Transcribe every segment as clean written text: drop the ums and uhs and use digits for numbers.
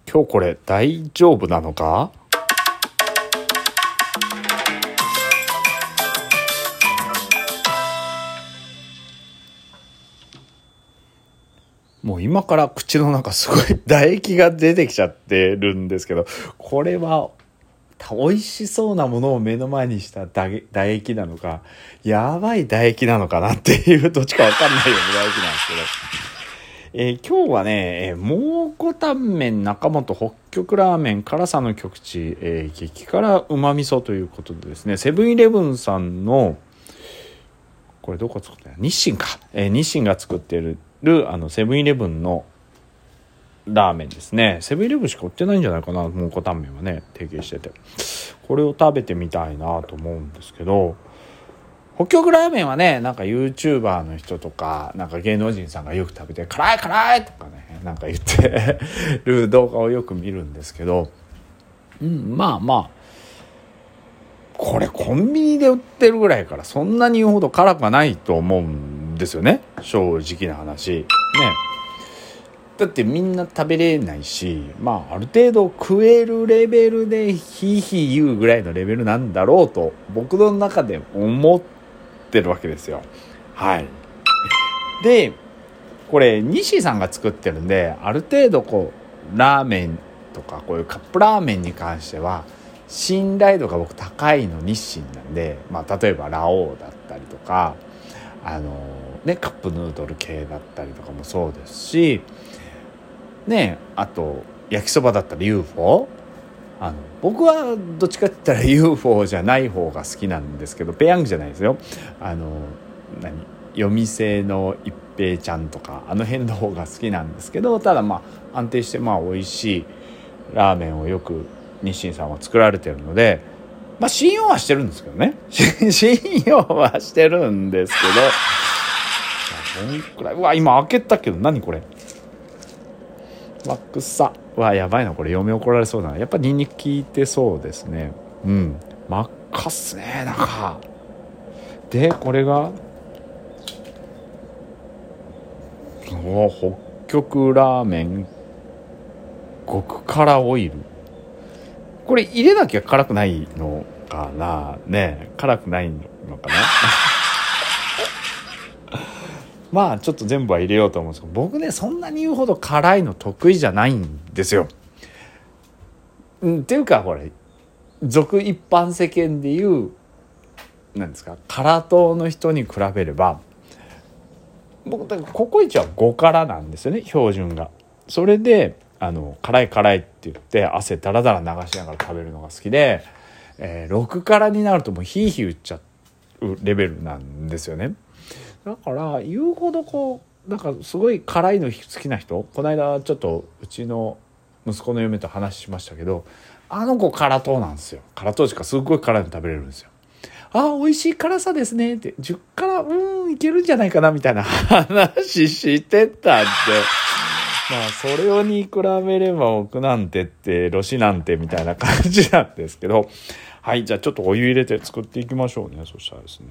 今日これ大丈夫なのか？もう今から口の中すごい唾液が出てきちゃってるんですけど、これは美味しそうなものを目の前にした唾液なのか、やばい唾液なのかなっていうどっちかわかんないような唾液なんですけど、今日はね、蒙古タンメン中本北極ラーメン辛さの極地、激辛うま味噌ということでですね、セブンイレブンさんのこれどこ作ってるの？日清か、日清が作っているセブンイレブンのラーメンですね。セブンイレブンしか売ってないんじゃないかな、蒙古タンメンはね、提携してて、これを食べてみたいなと思うんですけど、北極ラーメンはね、なんか YouTuber の人とかなんか芸能人さんがよく食べて辛い辛いとかね、なんか言ってる動画をよく見るんですけど、まあこれコンビニで売ってるぐらいからそんなに言うほど辛くはないと思うんですよね、正直な話ね。だってみんな食べれないし、ある程度食えるレベルでヒーヒー言うぐらいのレベルなんだろうと僕の中で思ってるわけですよ。はい。でこれ西さんが作ってるんで、ある程度こうラーメンとかこういうカップラーメンに関しては信頼度が僕高いの日清なんで、例えばラオウだったりとかカップヌードル系だったりとかもそうですしね、あと焼きそばだったら UFO、 僕はどっちかって言ったら UFO じゃない方が好きなんですけど、ペヤングじゃないですよ、夜店の一平ちゃんとかあの辺の方が好きなんですけど、ただ安定して美味しいラーメンをよく日清さんは作られてるので、信用はしてるんですけどね信用はしてるんですけど、どんくらい、うわ今開けたけど何これ、わくさはやばいな、これ嫁怒られそうだな。やっぱニンニク効いてそうですね。真っ赤っすね、なんか。でこれが北極ラーメン極辛オイル、これ入れなきゃ辛くないのかなね、辛くないのかなちょっと全部は入れようと思うんですけど、僕ねそんなに言うほど辛いの得意じゃないんですよ。っていうかこれ俗一般世間でいうなんですか、辛党の人に比べれば僕ココイチは5辛なんですよね、標準が。それで辛い辛いって言って汗だらだら流しながら食べるのが好きで、6辛になるともうヒーヒー言っちゃうレベルなんですよね。だから言うほどこうなんかすごい辛いの好きな人、この間ちょっとうちの息子の嫁と話しましたけど、あの子辛党なんですよ。辛党しかすごい辛いの食べれるんですよ。美味しい辛さですねって10辛いけるんじゃないかなみたいな話してたんで、それをに比べれば僕なんてってロシなんてみたいな感じなんですけど、はい、じゃあちょっとお湯入れて作っていきましょうね。そしたらですね、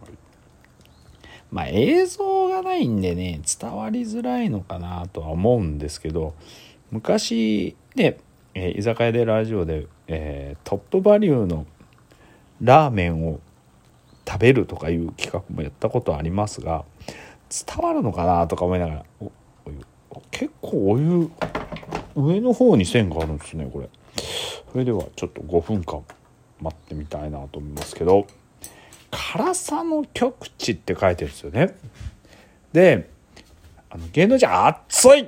映像がないんでね伝わりづらいのかなとは思うんですけど、昔ね、居酒屋でラジオで、トップバリューのラーメンを食べるとかいう企画もやったことありますが、伝わるのかなとか思いながら、結構お湯上の方に線があるんですねこれ。それではちょっと5分間待ってみたいなと思いますけど、辛さの極致って書いてるんですよね。で芸能人熱い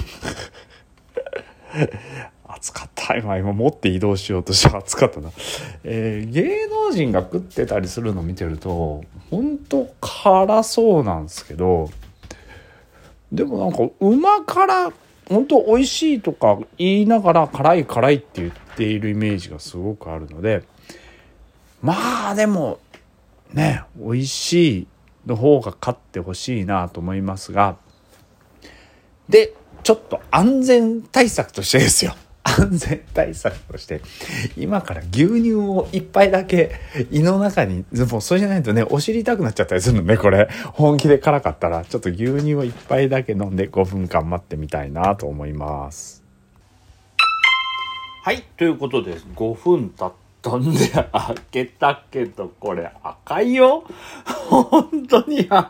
暑かった。今持って移動しようとして暑かったな。芸能人が食ってたりするのを見てると本当辛そうなんですけど、でもなんかうま辛本当美味しいとか言いながら辛い辛いって言っているイメージがすごくあるので、でもね美味しいの方が勝ってほしいなと思いますが、でちょっと安全対策としてですよ、安全対策として今から牛乳を一杯だけ胃の中に、もうそれじゃないとねお尻痛くなっちゃったりするので、これ本気で辛かったらちょっと牛乳を一杯だけ飲んで5分間待ってみたいなと思います。 はい、ということで5分経ったんで開けたけど、これ赤いよ。本当に赤いよ。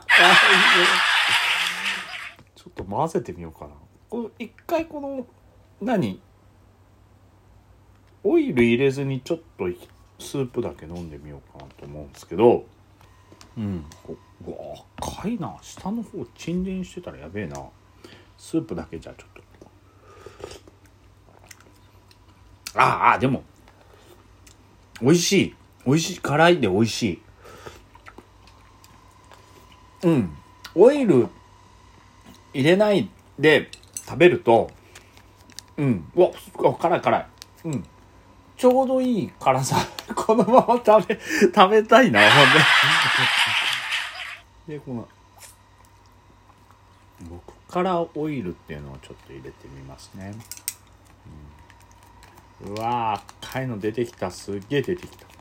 ちょっと混ぜてみようかな。これ一回このオイル入れずにちょっとスープだけ飲んでみようかなと思うんですけど、うわ赤いな。下の方沈殿してたらやべえな。スープだけじゃちょっと。でも美味しい。辛いで美味しい。オイル入れないで食べると、辛い。ちょうどいい辛さ。このまま食べたいな、ほんで。で、この僕からオイルっていうのをちょっと入れてみますね。うわー、赤いの出てきた。すっげえ出てきた。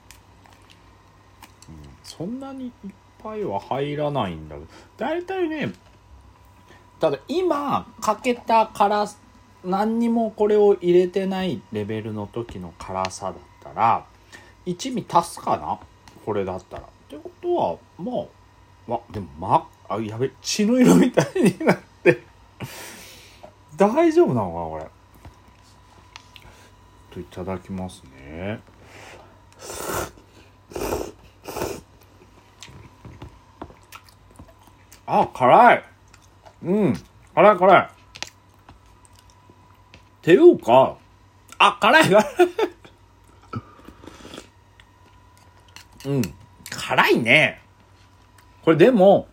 そんなにいっぱいは入らないんだけど、だいたいね、ただ今かけた辛さ、何にもこれを入れてないレベルの時の辛さだったら一味足すかな、これだったら。ってことはでもやべ、血の色みたいになって大丈夫なのかな、これ。いただきますね。辛い。辛い。ていうか、辛い。辛いね。これでも、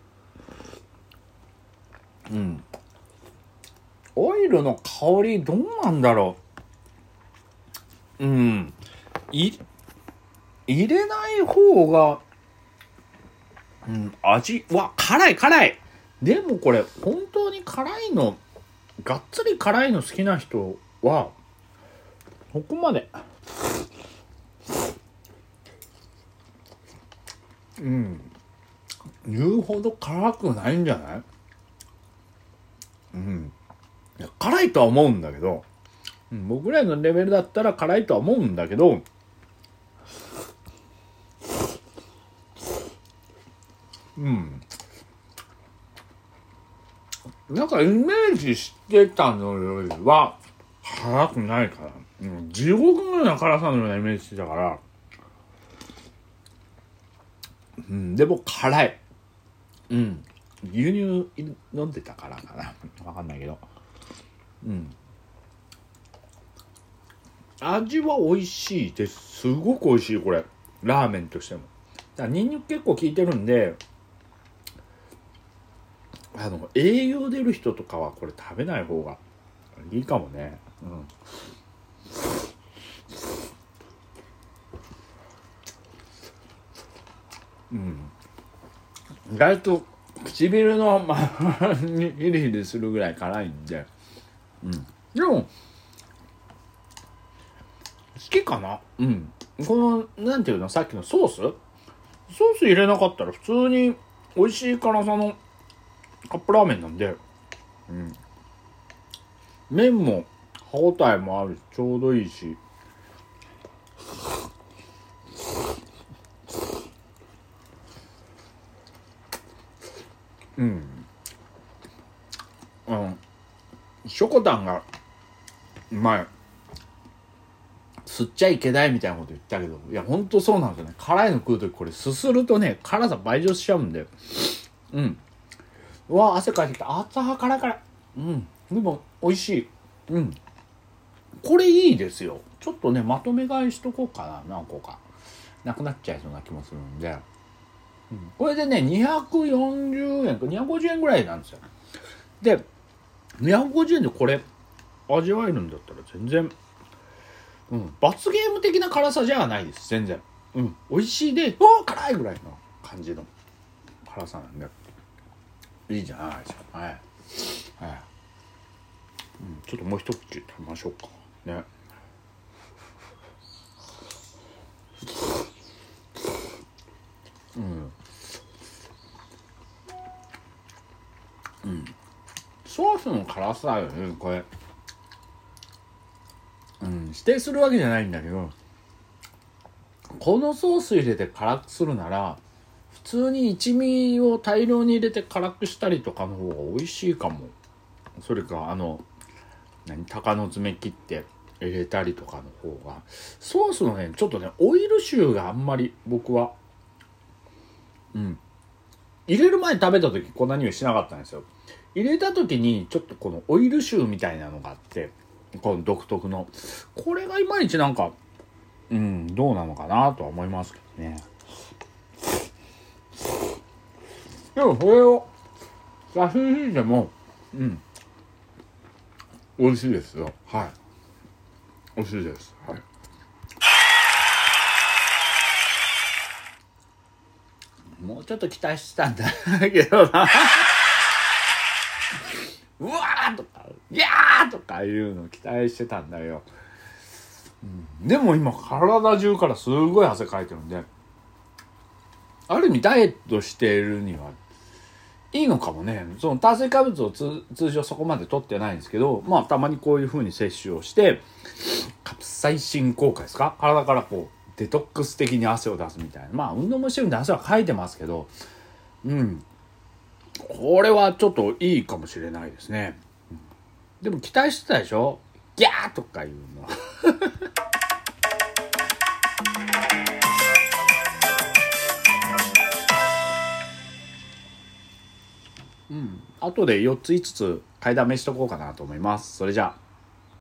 オイルの香りどうなんだろう。入れない方が、味は辛い。でもこれ本当に辛いの、がっつり辛いの好きな人はここまで言うほど辛くないんじゃない？辛いとは思うんだけど、僕ぐらいのレベルだったら辛いとは思うんだけど、なんかイメージしてたのよりは辛くないから、地獄のような辛さのようなイメージしてたから、でも辛い。牛乳飲んでたからかな、わかんないけど、味は美味しいです。すごく美味しい。これラーメンとしても。だからニンニク結構効いてるんで、栄養出る人とかはこれ食べない方がいいかもね。意外と唇のヒリヒリするぐらい辛いんで、でも好きかな。このなんていうの、さっきのソース入れなかったら普通に美味しい辛さのカップラーメンなんで、麺も歯応えもあるし、ちょうどいいし、ショコタンが前吸っちゃいけないみたいなこと言ったけど、いやほんとそうなんですよね。辛いの食うときこれすするとね、辛さ倍増しちゃうんで、うわ汗かいてきた。辛い。でも美味しい。これいいですよ。ちょっとねまとめ買いしとこうかな。何個かなくなっちゃいそうな気もするんで、これでね240円か250円ぐらいなんですよ。で250円でこれ味わえるんだったら全然、罰ゲーム的な辛さじゃないです。全然美味しいで辛いぐらいの感じの辛さなんでいいじゃないですか。はい、ちょっともう一口食べましょうかね。ソースの辛さよねこれ。 指定するわけじゃないんだけど、このソース入れて辛くするなら普通に一味を大量に入れて辛くしたりとかの方が美味しいかも。それか鷹の爪切って入れたりとかの方が、ソースのねちょっとねオイル臭があんまり僕は入れる前に食べた時こんな匂いしなかったんですよ。入れた時にちょっとこのオイル臭みたいなのがあって、この独特のこれがいまいちなんかどうなのかなとは思いますけどね。でもこれを写真でも美味しいですよ。はい、美味しいです。はい。もうちょっと期待してたんだけどなうわーとかギャーとかいうのを期待してたんだよ。でも今体中からすごい汗かいてるんで、ある意味ダイエットしているにはいいのかもね。その炭水化物を通常そこまで取ってないんですけど、まあたまにこういう風に摂取をしてカプサイシン効果ですか、体からこうデトックス的に汗を出すみたいな、まあ運動もしてるんで汗はかいてますけど、これはちょっといいかもしれないですね。でも期待してたでしょ、ギャーとかいうの後で4つ5つ買いだめしとこうかなと思います。それじゃあ。